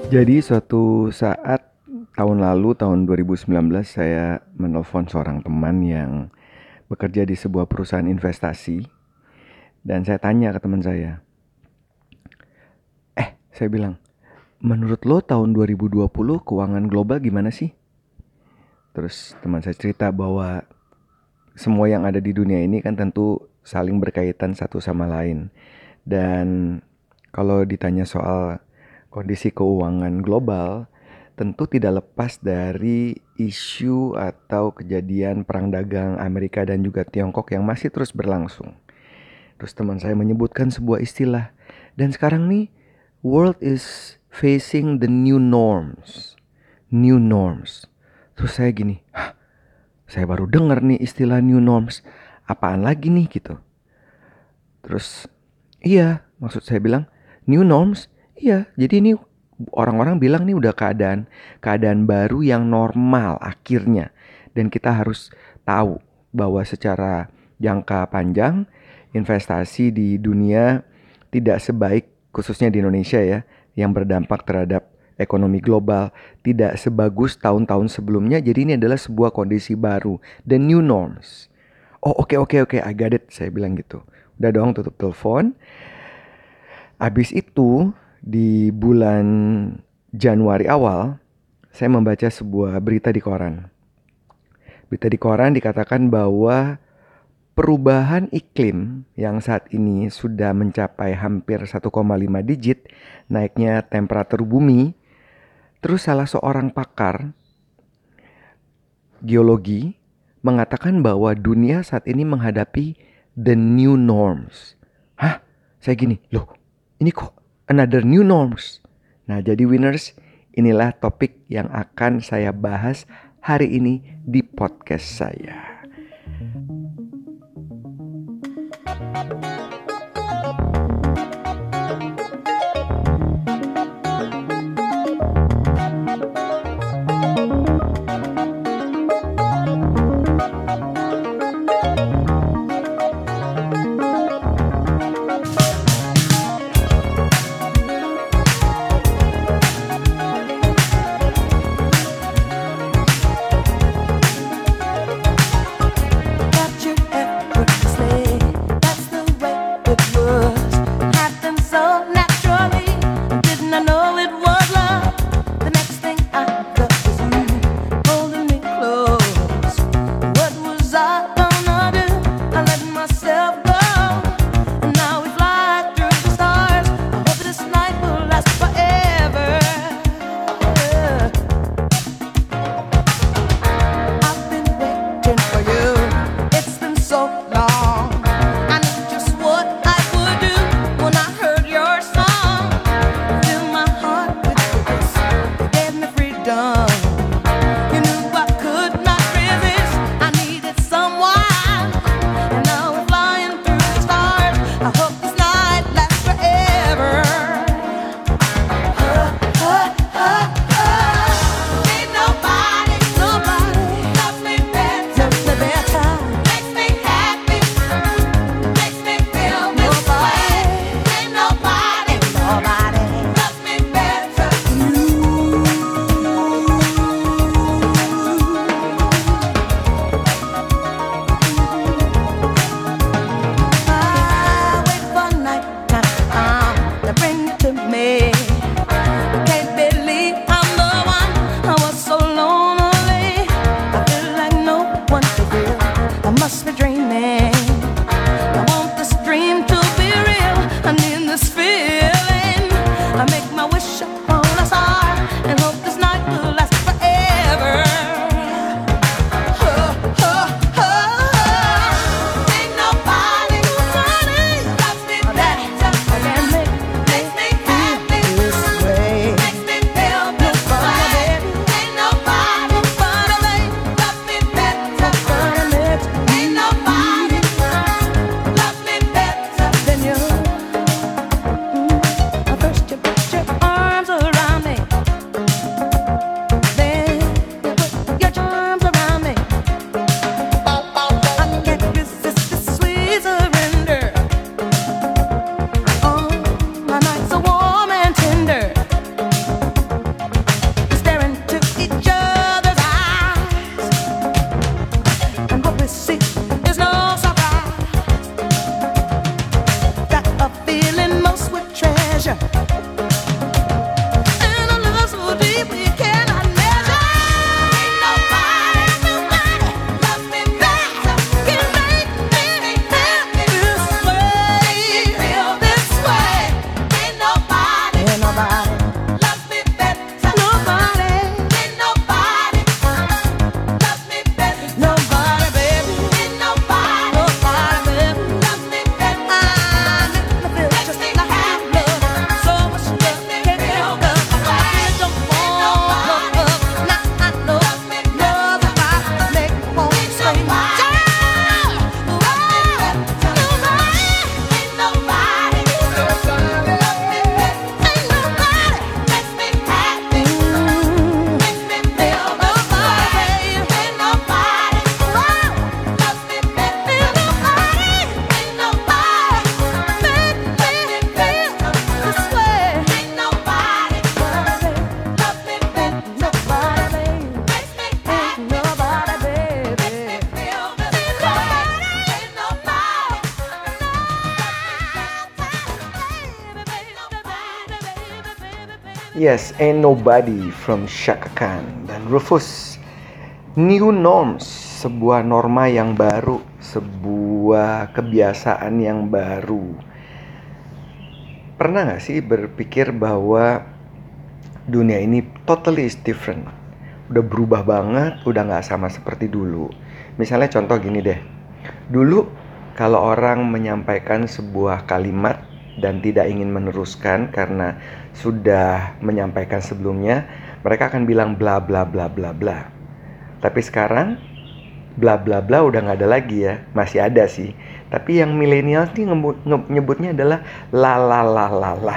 Jadi suatu saat tahun lalu, tahun 2019, saya menelpon seorang teman yang bekerja di sebuah perusahaan investasi. Dan saya tanya ke teman saya bilang, menurut lo tahun 2020 keuangan global gimana sih? Terus teman saya cerita bahwa semua yang ada di dunia ini kan tentu saling berkaitan satu sama lain. Dan kalau ditanya soal kondisi keuangan global, tentu tidak lepas dari isu atau kejadian perang dagang Amerika dan juga Tiongkok yang masih terus berlangsung. Terus teman saya menyebutkan sebuah istilah. Dan sekarang nih, world is facing the new norms. New norms. Terus saya gini, saya baru dengar nih istilah new norms. Apaan lagi nih gitu. Terus, iya, maksud saya bilang, new norms, iya. Jadi ini orang-orang bilang nih udah keadaan baru yang normal akhirnya. Dan kita harus tahu bahwa secara jangka panjang investasi di dunia tidak sebaik, khususnya di Indonesia ya, yang berdampak terhadap ekonomi global, tidak sebagus tahun-tahun sebelumnya. Jadi ini adalah sebuah kondisi baru, the new norms. Oh, oke, I got it, saya bilang gitu. Udah dong, tutup telepon. Habis itu di bulan Januari awal, saya membaca sebuah berita di koran. Berita di koran dikatakan bahwa perubahan iklim yang saat ini sudah mencapai hampir 1,5 digit naiknya temperatur bumi. Terus salah seorang pakar geologi mengatakan bahwa dunia saat ini menghadapi the new norms. Hah? Saya gini, loh ini kok another new norms? Nah jadi winners, inilah topik yang akan saya bahas hari ini di podcast saya. Yes, Ain't Nobody from Chaka Khan dan Rufus. New norms, sebuah norma yang baru, sebuah kebiasaan yang baru. Pernah gak sih berpikir bahwa dunia ini totally is different? Udah berubah banget, udah gak sama seperti dulu. Misalnya contoh gini deh. Dulu kalau orang menyampaikan sebuah kalimat dan tidak ingin meneruskan karena sudah menyampaikan sebelumnya, mereka akan bilang bla bla bla bla bla. Tapi sekarang bla bla bla udah nggak ada lagi ya, masih ada sih. Tapi yang milenial sih nyebutnya adalah la la la la la.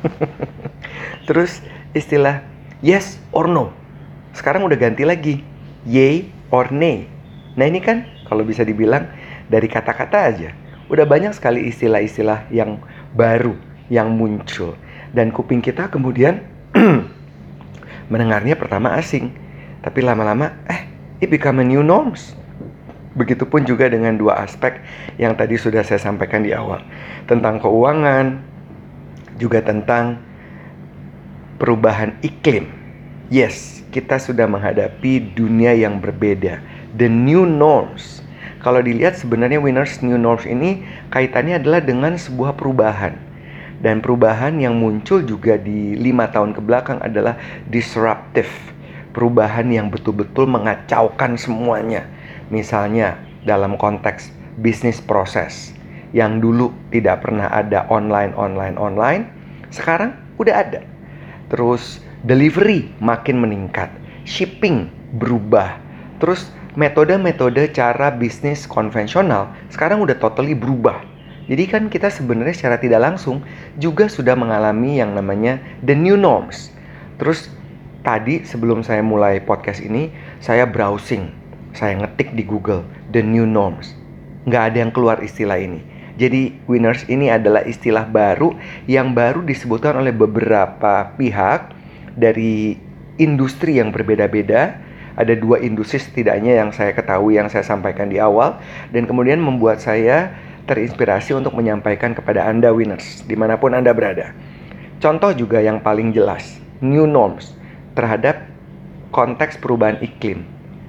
Terus istilah yes or no, sekarang udah ganti lagi yay or nay. Nah ini kan kalau bisa dibilang dari kata-kata aja udah banyak sekali istilah-istilah yang baru yang muncul. Dan kuping kita kemudian mendengarnya pertama asing, tapi lama-lama it become a new norms. Begitupun juga dengan dua aspek yang tadi sudah saya sampaikan di awal, tentang keuangan, juga tentang perubahan iklim. Yes, kita sudah menghadapi dunia yang berbeda, the new norms. Kalau dilihat sebenarnya winners, new norms ini kaitannya adalah dengan sebuah perubahan. Dan perubahan yang muncul juga di 5 tahun kebelakang adalah disruptive. Perubahan yang betul-betul mengacaukan semuanya. Misalnya dalam konteks bisnis proses, yang dulu tidak pernah ada online, sekarang udah ada. Terus delivery makin meningkat, shipping berubah. Terus metode-metode cara bisnis konvensional sekarang udah totally berubah. Jadi kan kita sebenarnya secara tidak langsung juga sudah mengalami yang namanya the new norms. Terus tadi sebelum saya mulai podcast ini, saya browsing, saya ngetik di Google the new norms. Nggak ada yang keluar istilah ini. Jadi winners ini adalah istilah baru yang baru disebutkan oleh beberapa pihak dari industri yang berbeda-beda. Ada 2 industri setidaknya yang saya ketahui, yang saya sampaikan di awal, dan kemudian membuat saya terinspirasi untuk menyampaikan kepada Anda winners dimanapun Anda berada. Contoh juga yang paling jelas, new norms terhadap konteks perubahan iklim.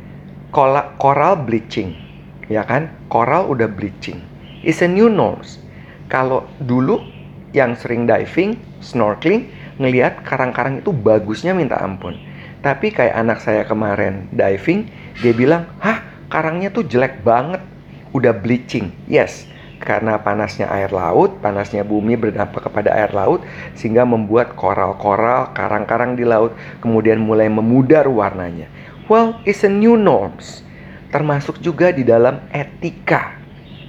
Coral bleaching, ya kan? Coral udah bleaching, is a new norms. Kalau dulu yang sering diving, snorkeling, ngelihat karang-karang itu bagusnya minta ampun. Tapi kayak anak saya kemarin diving, dia bilang, hah, karangnya tuh jelek banget, udah bleaching. Yes, karena panasnya air laut, panasnya bumi berdampak kepada air laut, sehingga membuat koral-koral, karang-karang di laut kemudian mulai memudar warnanya. Well, it's a new norms. Termasuk juga di dalam etika.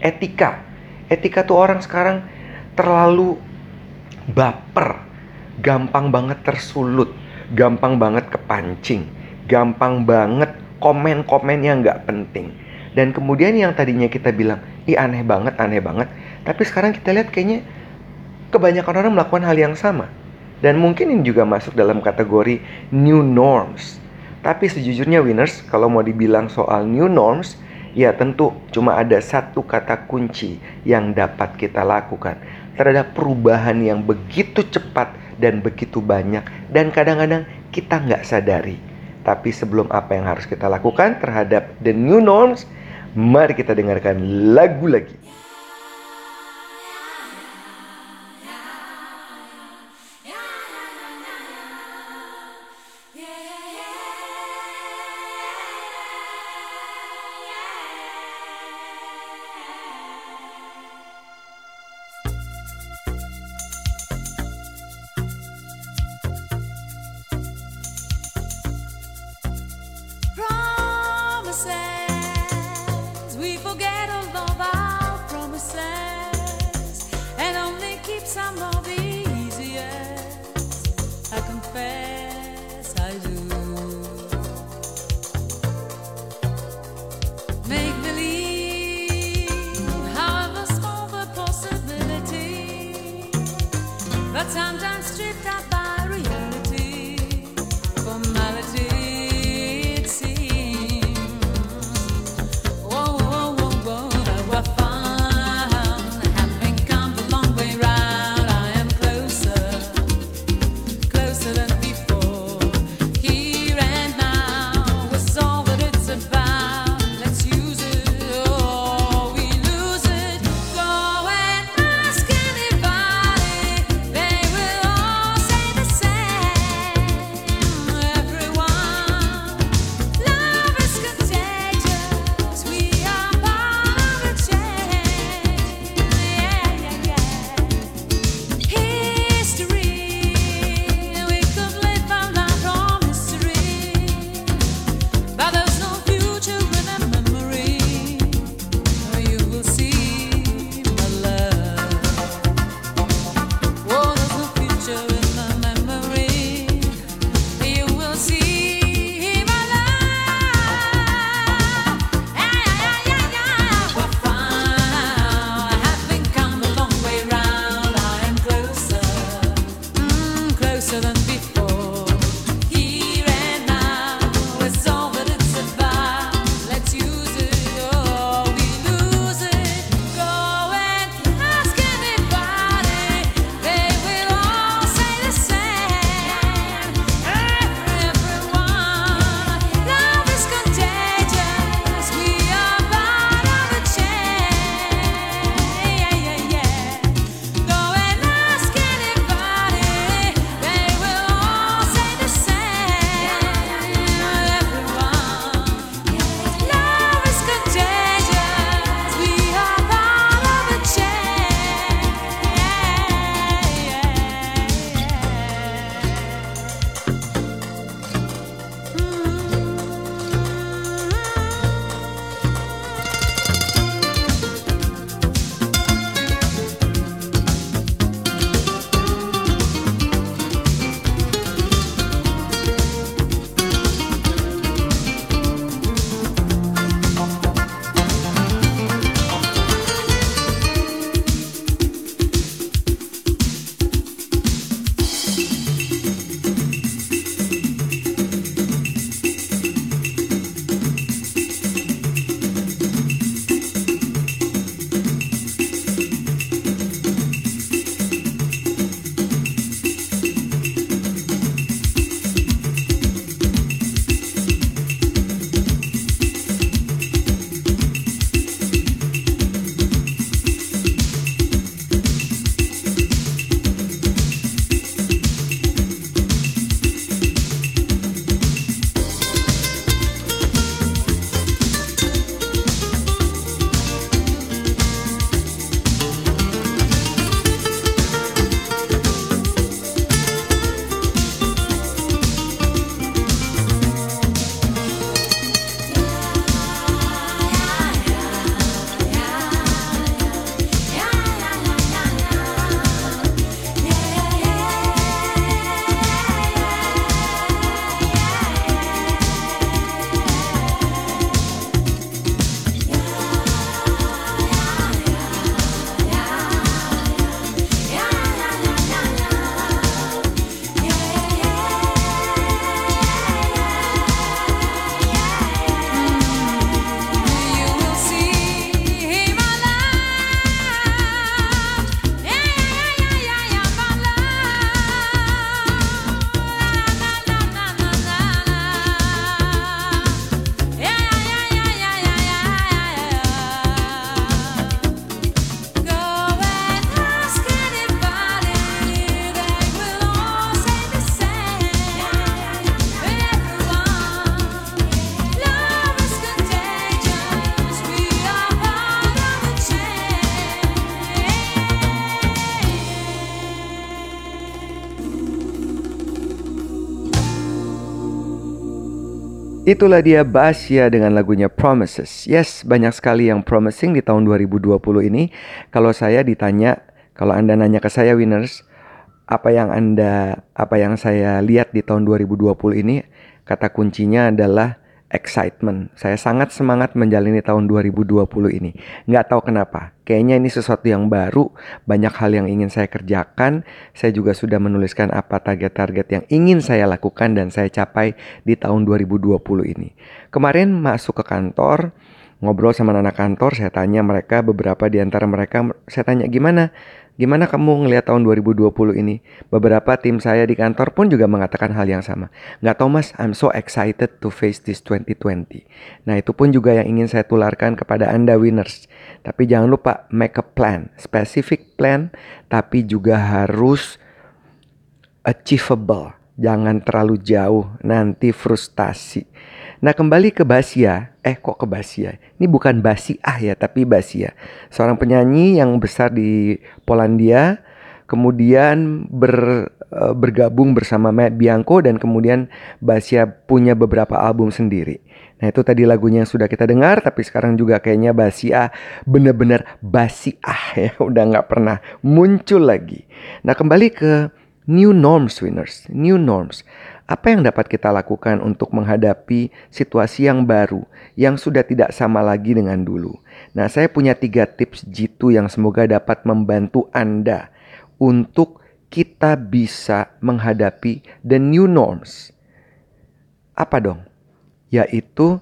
Etika tuh orang sekarang terlalu baper, gampang banget tersulut, gampang banget kepancing, gampang banget komen-komen yang gak penting. Dan kemudian yang tadinya kita bilang, aneh banget, tapi sekarang kita lihat kayaknya kebanyakan orang melakukan hal yang sama. Dan mungkin ini juga masuk dalam kategori new norms. Tapi sejujurnya winners, kalau mau dibilang soal new norms, ya tentu cuma ada satu kata kunci yang dapat kita lakukan terhadap perubahan yang begitu cepat dan begitu banyak, dan kadang-kadang kita nggak sadari. Tapi sebelum apa yang harus kita lakukan terhadap the new norms, mari kita dengarkan lagu lagi. We forget all of our promises and only keep some of the easiest. I confess I do. Make believe, however small the possibility, but sometimes stripped out by reality, formality. Closer than before. Itulah dia Basya dengan lagunya Promises. Yes, banyak sekali yang promising di tahun 2020 ini. Kalau saya ditanya, kalau Anda nanya ke saya winners, apa yang saya lihat di tahun 2020 ini, kata kuncinya adalah excitement. Saya sangat semangat menjalani tahun 2020 ini. Nggak tahu kenapa. Kayaknya ini sesuatu yang baru. Banyak hal yang ingin saya kerjakan. Saya juga sudah menuliskan apa target-target yang ingin saya lakukan dan saya capai di tahun 2020 ini. Kemarin masuk ke kantor, ngobrol sama anak kantor, saya tanya mereka, beberapa di antara mereka, saya tanya Gimana kamu ngelihat tahun 2020 ini? Beberapa tim saya di kantor pun juga mengatakan hal yang sama. Nggak tahu mas, I'm so excited to face this 2020. Nah itu pun juga yang ingin saya tularkan kepada Anda winners. Tapi jangan lupa make a plan, specific plan, tapi juga harus achievable. Jangan terlalu jauh, nanti frustasi. Nah kembali ke Basya, kok ke Basya? Ini bukan Basiah ya, tapi Basya. Seorang penyanyi yang besar di Polandia, kemudian bergabung bersama Matt Bianco dan kemudian Basya punya beberapa album sendiri. Nah itu tadi lagunya yang sudah kita dengar, tapi sekarang juga kayaknya Basya bener-bener Basiah ya, udah gak pernah muncul lagi. Nah kembali ke new norms winners, new norms. Apa yang dapat kita lakukan untuk menghadapi situasi yang baru, yang sudah tidak sama lagi dengan dulu? Nah, saya punya 3 tips jitu yang semoga dapat membantu Anda untuk kita bisa menghadapi the new norms. Apa dong? Yaitu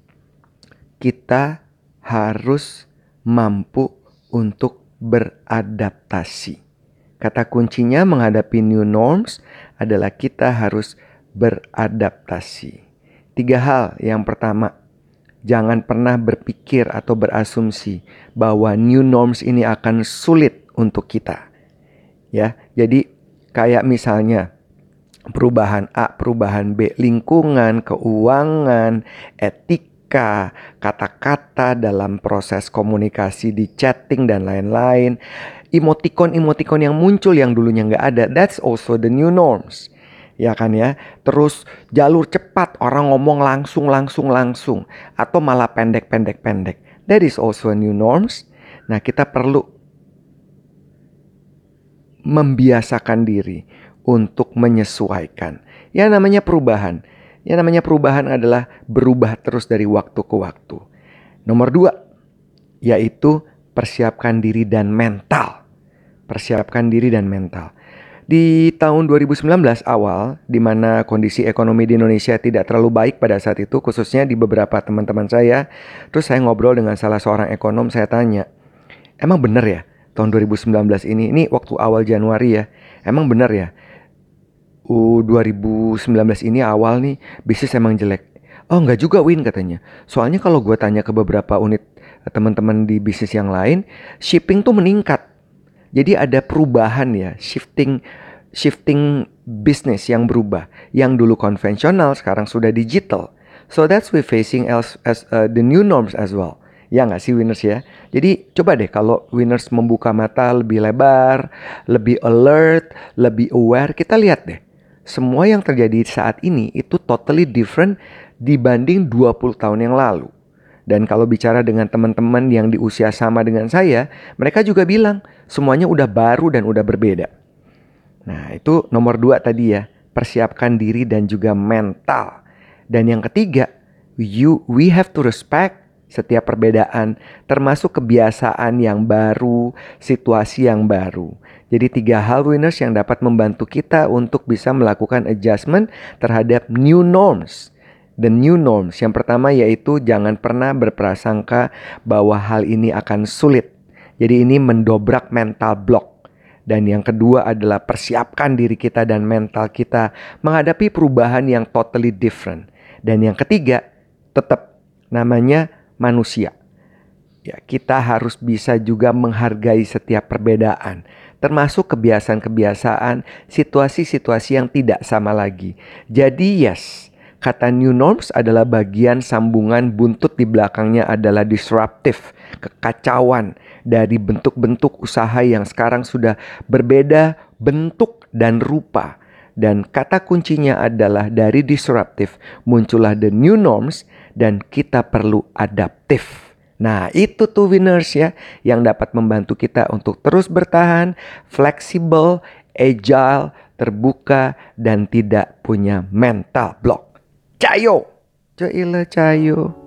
kita harus mampu untuk beradaptasi. Kata kuncinya menghadapi new norms adalah kita harus beradaptasi. 3 hal. Yang pertama, jangan pernah berpikir atau berasumsi bahwa new norms ini akan sulit untuk kita. Ya, jadi kayak misalnya perubahan A, perubahan B, lingkungan, keuangan, etika, kata-kata dalam proses komunikasi di chatting dan lain-lain. Emoticon yang muncul yang dulunya nggak ada, that's also the new norms. Ya kan ya. Terus jalur cepat, orang ngomong langsung atau malah pendek. That is also a new norms. Nah, kita perlu membiasakan diri untuk menyesuaikan. Ya namanya perubahan. Ya namanya perubahan adalah berubah terus dari waktu ke waktu. Nomor 2 yaitu persiapkan diri dan mental. Persiapkan diri dan mental. Di tahun 2019 awal, di mana kondisi ekonomi di Indonesia tidak terlalu baik pada saat itu, khususnya di beberapa teman-teman saya. Terus saya ngobrol dengan salah seorang ekonom, saya tanya, emang benar ya tahun 2019 ini waktu awal Januari ya, emang benar ya 2019 ini awal nih bisnis emang jelek? Oh enggak juga Win katanya. Soalnya kalau gue tanya ke beberapa unit teman-teman di bisnis yang lain, shipping tuh meningkat. Jadi ada perubahan ya, shifting bisnis yang berubah. Yang dulu konvensional sekarang sudah digital. So that's we facing as the new norms as well. Ya nggak sih winners ya? Jadi coba deh kalau winners membuka mata lebih lebar, lebih alert, lebih aware, kita lihat deh. Semua yang terjadi saat ini itu totally different dibanding 20 tahun yang lalu. Dan kalau bicara dengan teman-teman yang di usia sama dengan saya, mereka juga bilang semuanya udah baru dan udah berbeda. Nah itu nomor 2 tadi ya, persiapkan diri dan juga mental. Dan yang ketiga, we have to respect setiap perbedaan, termasuk kebiasaan yang baru, situasi yang baru. Jadi 3 hal winners yang dapat membantu kita untuk bisa melakukan adjustment terhadap new norms. The new norms. Yang pertama yaitu jangan pernah berprasangka bahwa hal ini akan sulit. Jadi ini mendobrak mental block. Dan yang kedua adalah persiapkan diri kita dan mental kita menghadapi perubahan yang totally different. Dan yang ketiga tetap namanya manusia. Ya, kita harus bisa juga menghargai setiap perbedaan. Termasuk kebiasaan-kebiasaan, situasi-situasi yang tidak sama lagi. Jadi yes, kata new norms adalah bagian sambungan buntut di belakangnya adalah disruptive, kekacauan dari bentuk-bentuk usaha yang sekarang sudah berbeda bentuk dan rupa. Dan kata kuncinya adalah dari disruptive muncullah the new norms dan kita perlu adaptif. Nah itu tuh winners ya, yang dapat membantu kita untuk terus bertahan, fleksibel, agile, terbuka, dan tidak punya mental block. Cayo! Cayo.